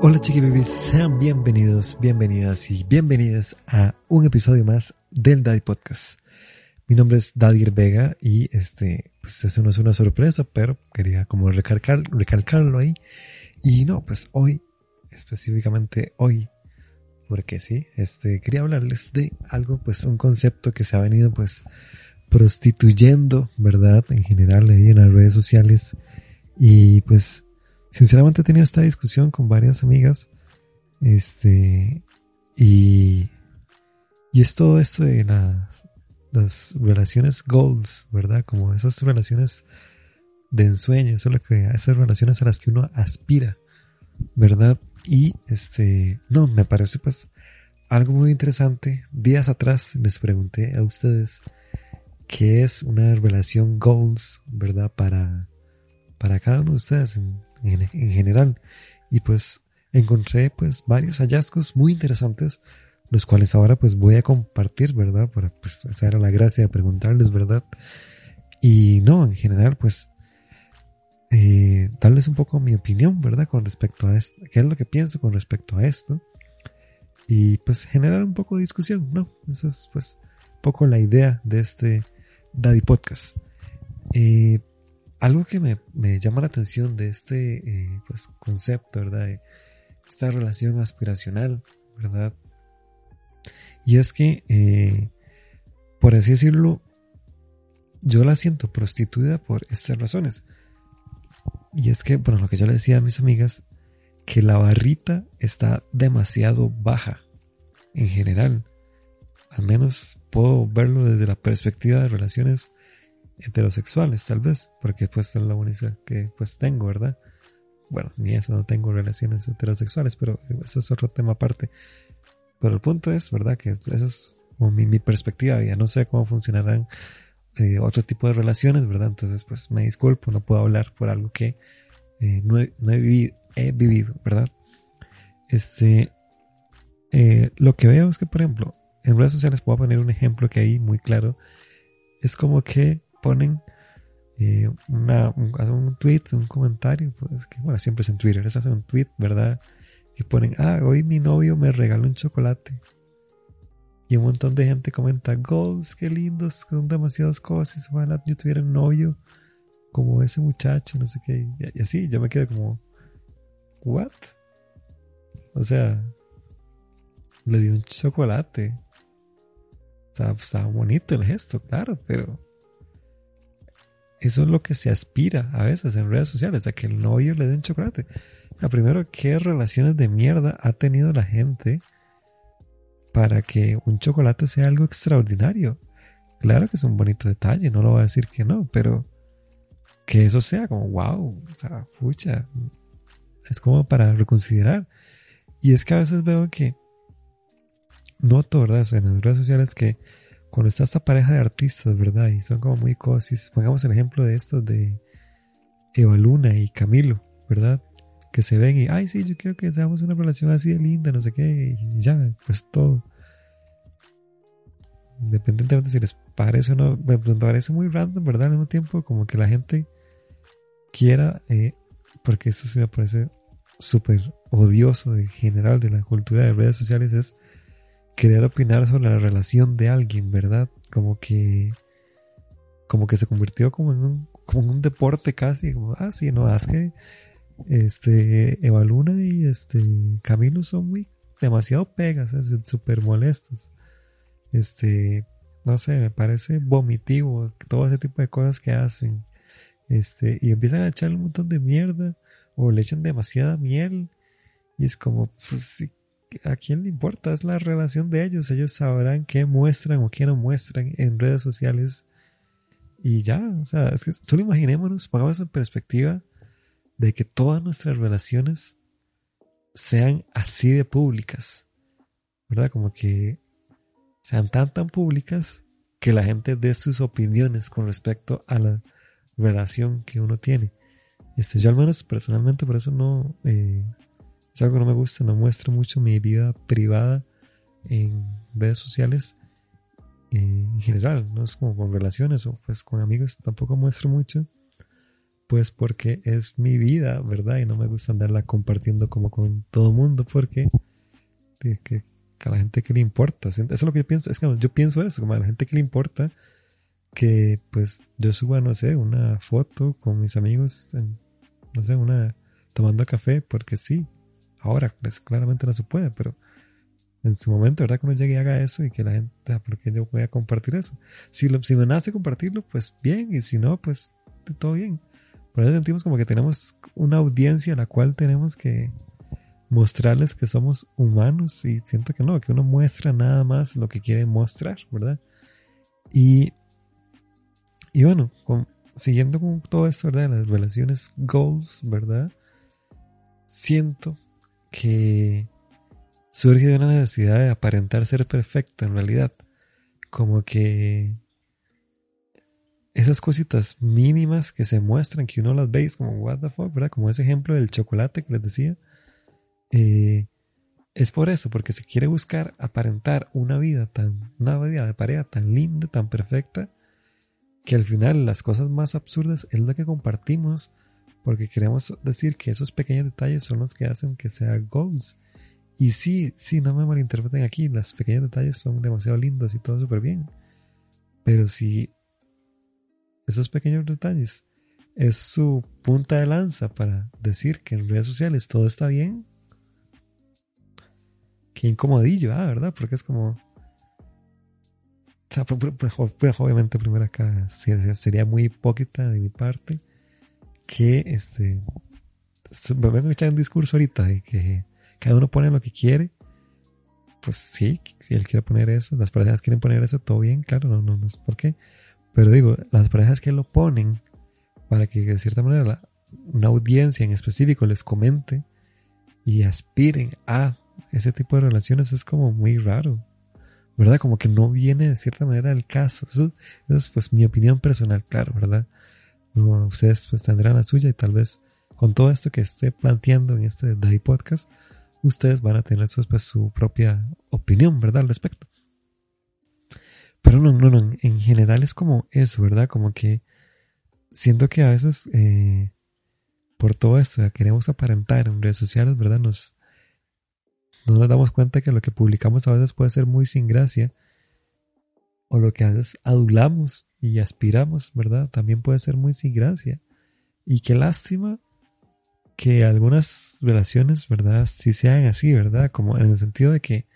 Hola chiquibibis, sean bienvenidos, bienvenidas y bienvenidas a un episodio más del Daddy Podcast. Mi nombre es Dadier Vega y pues eso no es una sorpresa, pero quería como recalcarlo ahí. Y no, pues hoy, específicamente hoy, porque sí, quería hablarles de algo, pues un concepto que se ha venido pues prostituyendo, ¿verdad? En general ahí en las redes sociales. Y pues sinceramente he tenido esta discusión con varias amigas, y es todo esto de las relaciones goals, ¿verdad? Como esas relaciones de ensueño, esas relaciones a las que uno aspira, ¿verdad? Y no, me parece pues algo muy interesante. Días atrás les pregunté a ustedes qué es una relación goals, ¿verdad? Para cada uno de ustedes en general. Y pues encontré pues varios hallazgos muy interesantes, los cuales ahora pues voy a compartir, ¿verdad? Para pues esa era la gracia de preguntarles, ¿verdad? Y no, en general pues darles un poco mi opinión, ¿verdad? Con respecto a esto, qué es lo que pienso con respecto a esto. Y pues generar un poco de discusión, ¿no? Eso es pues un poco la idea de este Daddy Podcast. Algo que me llama la atención de pues concepto, ¿verdad? De esta relación aspiracional, ¿verdad? Y es que, por así decirlo, yo la siento prostituida por estas razones. Y es que, bueno, lo que yo le decía a mis amigas, que la barrita está demasiado baja en general. Al menos puedo verlo desde la perspectiva de relaciones heterosexuales, tal vez, porque pues es la única que pues tengo, ¿verdad? Bueno, ni eso, no tengo relaciones heterosexuales, pero eso es otro tema aparte. Pero el punto es, ¿verdad? Que esa es como mi perspectiva. Ya no sé cómo funcionarán otro tipo de relaciones, ¿verdad? Entonces pues me disculpo, no puedo hablar por algo que no he vivido, ¿verdad? Lo que veo es que, por ejemplo, en redes sociales puedo poner un ejemplo que hay muy claro. Es como que ponen un tweet, un comentario, pues que bueno, siempre es en Twitter, hacen un tweet, ¿verdad? Y ponen, hoy mi novio me regaló un chocolate. Y un montón de gente comenta, goals, qué lindos, son demasiadas cosas, ojalá yo tuviera un novio como ese muchacho, no sé qué. Y así, yo me quedo como, ¿what? O sea, le di un chocolate. Estaba bonito el gesto, claro, pero eso es lo que se aspira a veces en redes sociales, a que el novio le dé un chocolate. Primero, ¿qué relaciones de mierda ha tenido la gente para que un chocolate sea algo extraordinario? Claro que es un bonito detalle, no lo voy a decir que no, pero que eso sea como wow, o sea, pucha, es como para reconsiderar. Y es que a veces veo que noto, ¿verdad? En las redes sociales que cuando está esta pareja de artistas, ¿verdad? Y son como muy cosis. Pongamos el ejemplo de estos de Eva Luna y Camilo, ¿verdad? Que se ven y, ay, sí, yo quiero que seamos una relación así de linda, no sé qué, y ya, pues todo. Independientemente si les parece o no, me parece muy random, ¿verdad? Al mismo tiempo, como que la gente quiera, porque esto sí me parece súper odioso en general de la cultura de redes sociales, es querer opinar sobre la relación de alguien, ¿verdad? Como que se convirtió como en un deporte casi, como, sí, no, es que Eva Luna y Camilo son demasiado pegas, súper molestos. No sé, me parece vomitivo todo ese tipo de cosas que hacen. Y empiezan a echarle un montón de mierda o le echan demasiada miel y es como, pues sí, ¿a quién le importa? Es la relación de ellos sabrán qué muestran o qué no muestran en redes sociales y ya, o sea, es que solo imaginémonos, pongamos en perspectiva de que todas nuestras relaciones sean así de públicas, ¿verdad? Como que sean tan públicas que la gente dé sus opiniones con respecto a la relación que uno tiene. Yo al menos personalmente por eso no, es algo que no me gusta, no muestro mucho mi vida privada en redes sociales, en general, no es como con relaciones o pues con amigos, tampoco muestro mucho, Pues porque es mi vida, ¿verdad? Y no me gusta andarla compartiendo como con todo el mundo porque que a la gente que le importa. Eso es lo que yo pienso. Es que yo pienso eso, como a la gente que le importa que pues yo suba, no sé, una foto con mis amigos, no sé, tomando café, porque sí. Ahora, pues claramente no se puede, pero en su momento, ¿verdad? Que uno llegue y haga eso y que la gente, ¿por qué yo voy a compartir eso? Si me nace compartirlo, pues bien, y si no, pues todo bien. Por eso sentimos como que tenemos una audiencia a la cual tenemos que mostrarles que somos humanos y siento que no, que uno muestra nada más lo que quiere mostrar, ¿verdad? Y bueno, siguiendo con todo esto, ¿verdad? Las relaciones goals, ¿verdad? Siento que surge de una necesidad de aparentar ser perfecto en realidad. Como que esas cositas mínimas que se muestran, que uno las veis como what the fuck, ¿verdad? Como ese ejemplo del chocolate que les decía. Es por eso, porque se quiere buscar aparentar una vida de pareja tan linda, tan perfecta, que al final las cosas más absurdas es lo que compartimos, porque queremos decir que esos pequeños detalles son los que hacen que sea goals. Y sí, no me malinterpreten aquí, los pequeños detalles son demasiado lindos y todo súper bien. Pero si esos pequeños detalles es su punta de lanza para decir que en redes sociales todo está bien, qué incomodillo, ¿verdad? Porque es como... O sea, obviamente primero acá sería muy hipócrita de mi parte que me vengo a echar un discurso ahorita de que cada uno pone lo que quiere. Pues sí, si él quiere poner eso, las parejas quieren poner eso, todo bien, claro, no es por qué. Pero digo, las parejas que lo ponen para que de cierta manera una audiencia en específico les comente y aspiren a ese tipo de relaciones es como muy raro, ¿verdad? Como que no viene de cierta manera el caso. Eso es pues mi opinión personal, claro, ¿verdad? No, ustedes pues tendrán la suya y tal vez con todo esto que esté planteando en este DAI Podcast, ustedes van a tener su propia opinión, ¿verdad? Al respecto. Pero no, en general es como eso, ¿verdad? Como que siento que a veces por todo esto queremos aparentar en redes sociales, ¿verdad? No nos damos cuenta que lo que publicamos a veces puede ser muy sin gracia, o lo que a veces adulamos y aspiramos, ¿verdad? También puede ser muy sin gracia. Y qué lástima que algunas relaciones, ¿verdad? Sí sean así, ¿verdad? Como en el sentido de que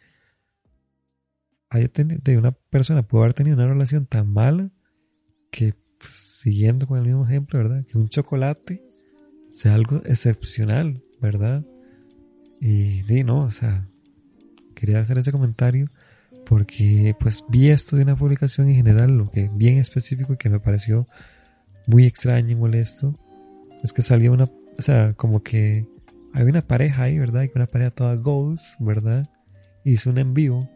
de una persona puede haber tenido una relación tan mala que, pues, siguiendo con el mismo ejemplo, ¿verdad? Que un chocolate sea algo excepcional, ¿verdad? Y no, o sea, quería hacer ese comentario porque pues vi esto de una publicación en general, lo que bien específico y que me pareció muy extraño y molesto, es que salió o sea, como que hay una pareja ahí, ¿verdad? Y una pareja toda goals, ¿verdad? Hizo un en vivo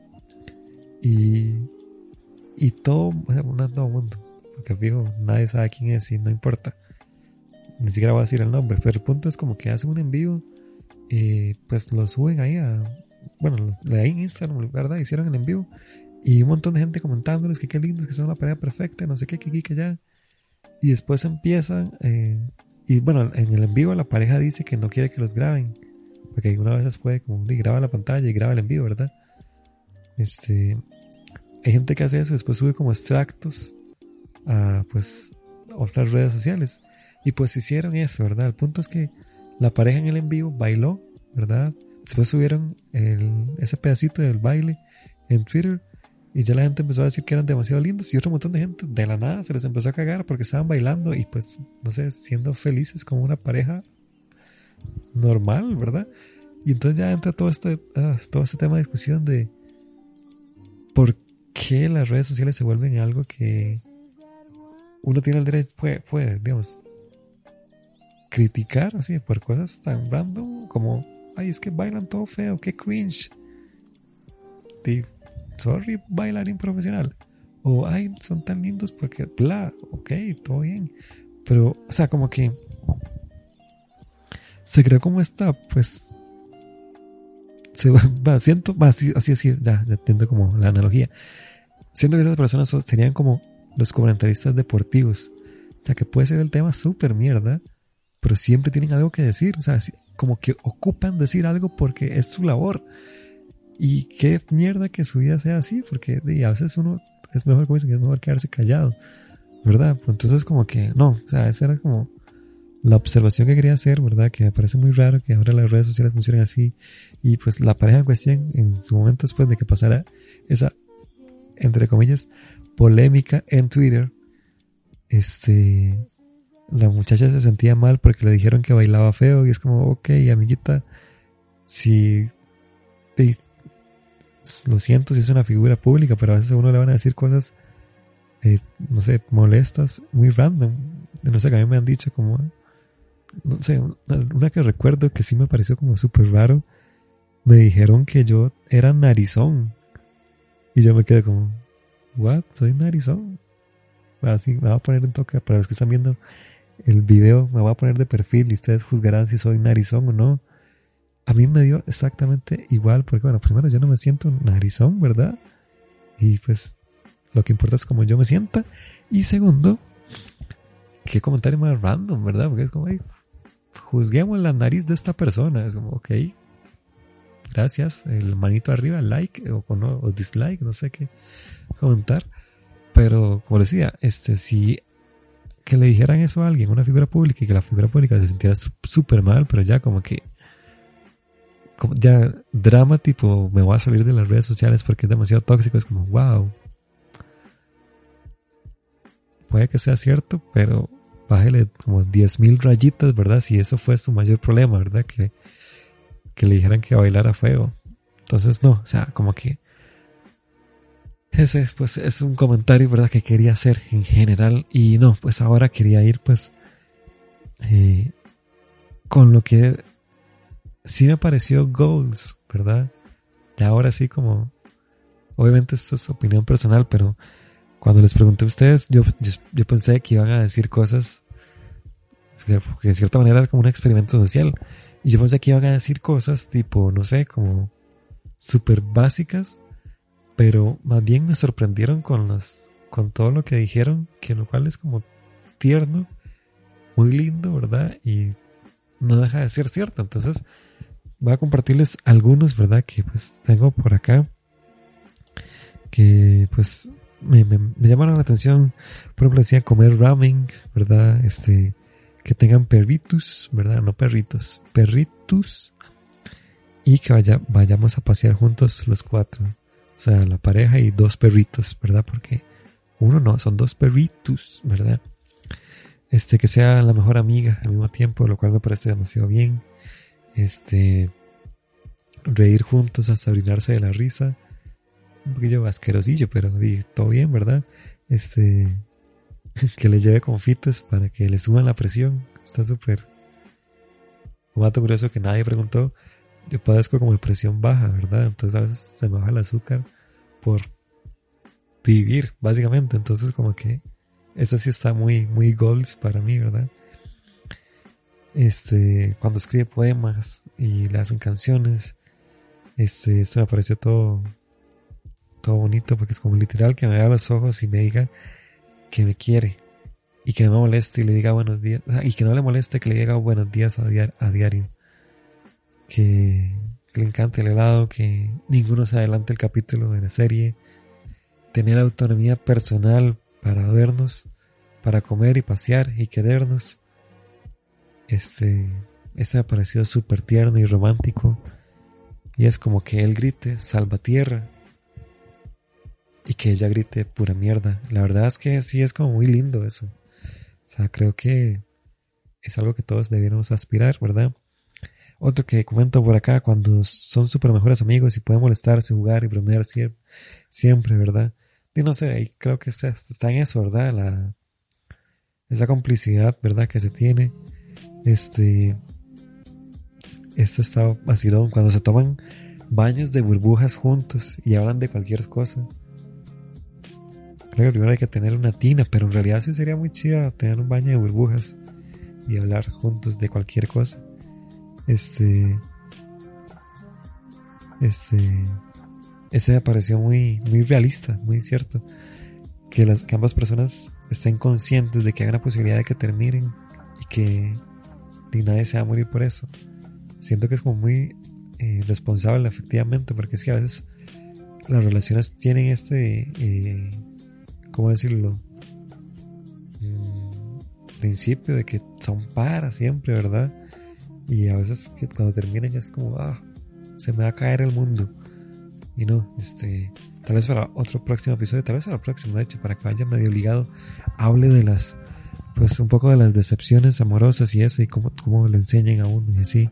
y todo, o sea, todo el mundo, porque fijo, nadie sabe quién es y no importa, ni siquiera voy a decir el nombre, pero el punto es como que hacen un en vivo y pues lo suben ahí ahí en Instagram, ¿verdad? Hicieron el en vivo y un montón de gente comentándoles que qué lindos, que son una pareja perfecta, no sé qué, que ya. Y después empiezan y bueno, en el en vivo la pareja dice que no quiere que los graben, porque algunas veces puede como graba la pantalla y graba el en vivo, ¿verdad? Hay gente que hace eso, después sube como extractos a pues otras redes sociales y pues hicieron eso, ¿verdad? El punto es que la pareja en el en vivo bailó, ¿verdad? Después subieron ese pedacito del baile en Twitter y ya la gente empezó a decir que eran demasiado lindos y otro montón de gente de la nada se les empezó a cagar porque estaban bailando y pues, no sé, siendo felices como una pareja normal, ¿verdad? Y entonces ya entra todo este tema de discusión de por qué las redes sociales se vuelven algo que uno tiene el derecho, puede, digamos, criticar así por cosas tan random como, ay, es que bailan todo feo, qué cringe. Sorry, bailarín profesional. O, ay, son tan lindos porque, bla, ok, todo bien. Pero, o sea, como que se creó como esta, pues, así, ya entiendo como la analogía. Siento que esas personas serían como los comentaristas deportivos, O sea, que puede ser el tema súper mierda, pero siempre tienen algo que decir. O sea, como que ocupan decir algo porque es su labor. Y qué mierda que su vida sea así, porque a veces uno es mejor, como dicen, que es mejor quedarse callado, ¿verdad? Pues entonces como que no, o sea, esa era como la observación que quería hacer, ¿verdad? Que me parece muy raro que ahora las redes sociales funcionen así. Y pues la pareja en cuestión, en su momento después de que pasara esa, entre comillas, polémica en Twitter, la muchacha se sentía mal porque le dijeron que bailaba feo y es como, ok, amiguita, si te, lo siento si es una figura pública, pero a veces a uno le van a decir cosas, no sé, molestas, muy random. No sé, que a mí me han dicho como, no sé, una que recuerdo que sí me pareció como súper raro, me dijeron que yo era narizón y yo me quedé como, what, soy narizón. Así me va a poner un toque, para los que están viendo el video, me voy a poner de perfil y ustedes juzgarán si soy narizón o no. A mí me dio exactamente igual, porque bueno, primero yo no me siento narizón, ¿verdad? Y pues lo que importa es cómo yo me sienta. Y segundo, qué comentario más random, ¿verdad? Porque es como, hey, juzguemos la nariz de esta persona. Es como, ok, gracias, el manito arriba, like o dislike, no sé qué comentar. Pero como decía, si que le dijeran eso a alguien, una figura pública, y que la figura pública se sintiera súper mal, pero ya como que ya drama tipo me voy a salir de las redes sociales porque es demasiado tóxico, es como wow, puede que sea cierto, pero bájele como 10,000 rayitas, ¿verdad? Si eso fue su mayor problema, ¿verdad? Que le dijeran que bailara feo. Entonces no, o sea, como que ese pues es un comentario, ¿verdad? Que quería hacer en general. Y no, pues ahora quería ir pues con lo que sí me pareció goals, ¿verdad? Y ahora sí como, obviamente esto es opinión personal, pero cuando les pregunté a ustedes, yo pensé que iban a decir cosas que de cierta manera era como un experimento social. Y yo pensé que iban a decir cosas tipo, no sé, como súper básicas, pero más bien me sorprendieron con todo lo que dijeron, que lo cual es como tierno, muy lindo, ¿verdad? Y no deja de ser cierto. Entonces voy a compartirles algunos, ¿verdad? Que pues tengo por acá, que pues me llamaron la atención. Por ejemplo, decía comer ramen, ¿verdad? Que tengan perritos, ¿verdad? No perritos, perritos. Y que vayamos a pasear juntos los 4. O sea, la pareja y 2 perritos, ¿verdad? Porque uno no, son 2 perritos, ¿verdad? Que sea la mejor amiga al mismo tiempo, lo cual me parece demasiado bien. Reír juntos hasta brindarse de la risa. Un poquillo asquerosillo, pero todo bien, ¿verdad? Que le lleve confites para que le suban la presión. Está súper. Un dato curioso que nadie preguntó. Yo padezco como de presión baja, ¿verdad? Entonces a veces se me baja el azúcar por vivir, básicamente. Entonces como que eso sí está muy, muy goals para mí, ¿verdad? Cuando escribe poemas y le hacen canciones, esto me pareció todo bonito, porque es como literal que me vea a los ojos y me diga que me quiere y que no me moleste y le diga buenos días, y que no le moleste que le diga buenos días a diario, que le encante el helado, que ninguno se adelante el capítulo de la serie, tener autonomía personal para vernos, para comer y pasear y querernos. Este me pareció súper tierno y romántico, y es como que él grite Salvatierra y que ella grite pura mierda. La verdad es que sí es como muy lindo eso. O sea, creo que es algo que todos debiéramos aspirar, ¿verdad? Otro que comento por acá, cuando son súper mejores amigos y pueden molestarse, jugar y bromear siempre, ¿verdad? Y no sé, ahí creo que está en eso, ¿verdad? Esa complicidad, ¿verdad? Que se tiene. Está vacilón cuando se toman baños de burbujas juntos y hablan de cualquier cosa. Creo que primero hay que tener una tina, pero en realidad sí sería muy chido tener un baño de burbujas y hablar juntos de cualquier cosa. Ese me pareció muy, muy realista, muy cierto. Que ambas personas estén conscientes de que hay una posibilidad de que terminen y que ni nadie se va a morir por eso. Siento que es como muy responsable, efectivamente, porque es que a veces las relaciones tienen ¿cómo decirlo? Principio de que son para siempre, ¿verdad? Y a veces que cuando terminan es como, se me va a caer el mundo. Y no, tal vez para otro próximo episodio, tal vez para el próximo, de hecho, para que vaya medio ligado, hable de pues un poco de las decepciones amorosas y eso, y cómo le enseñan a uno y así.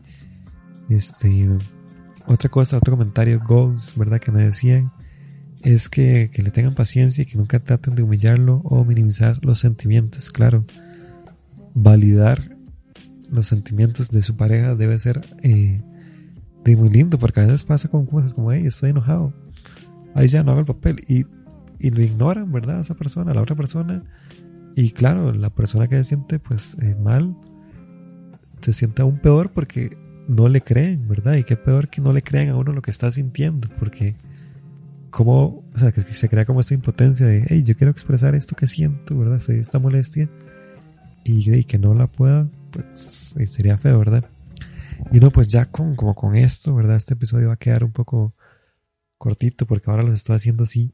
Otra cosa, otro comentario, goals, ¿verdad? Que me decían, es que le tengan paciencia y que nunca traten de humillarlo o minimizar los sentimientos. Claro, validar los sentimientos de su pareja debe ser muy lindo, porque a veces pasa con cosas como, hey, estoy enojado, ahí ya no hago el papel, y lo ignoran, ¿verdad? Esa persona, la otra persona, y claro, la persona que se siente pues mal se siente aún peor porque no le creen, ¿verdad? Y qué peor que no le crean a uno lo que está sintiendo, porque o sea, que se crea como esta impotencia de, hey, yo quiero expresar esto que siento, ¿verdad? Esta molestia, y que no la pueda, pues sería feo, ¿verdad? Y no, pues ya con esto, ¿verdad? Este episodio va a quedar un poco cortito porque ahora lo estoy haciendo así.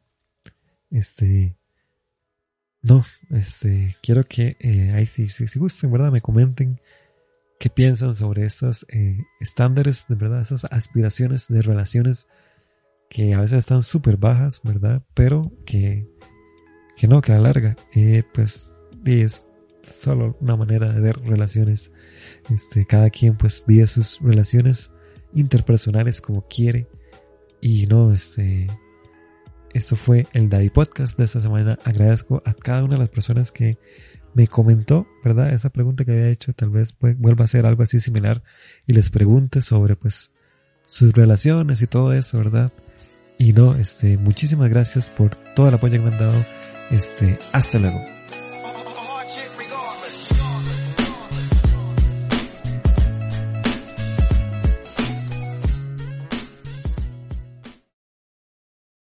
Quiero que ahí si gusten, ¿verdad? Me comenten qué piensan sobre estos estándares, de verdad, esas aspiraciones de relaciones que a veces están súper bajas, ¿verdad? Pero que a la larga, pues es solo una manera de ver relaciones. Cada quien pues vive sus relaciones interpersonales como quiere. Y no, esto fue el Daddy Podcast de esta semana. Agradezco a cada una de las personas que me comentó, ¿verdad? Esa pregunta que había hecho, tal vez pues, vuelva a ser algo así similar y les pregunte sobre pues sus relaciones y todo eso, ¿verdad? Y no, muchísimas gracias por todo el apoyo que me han dado. Hasta luego.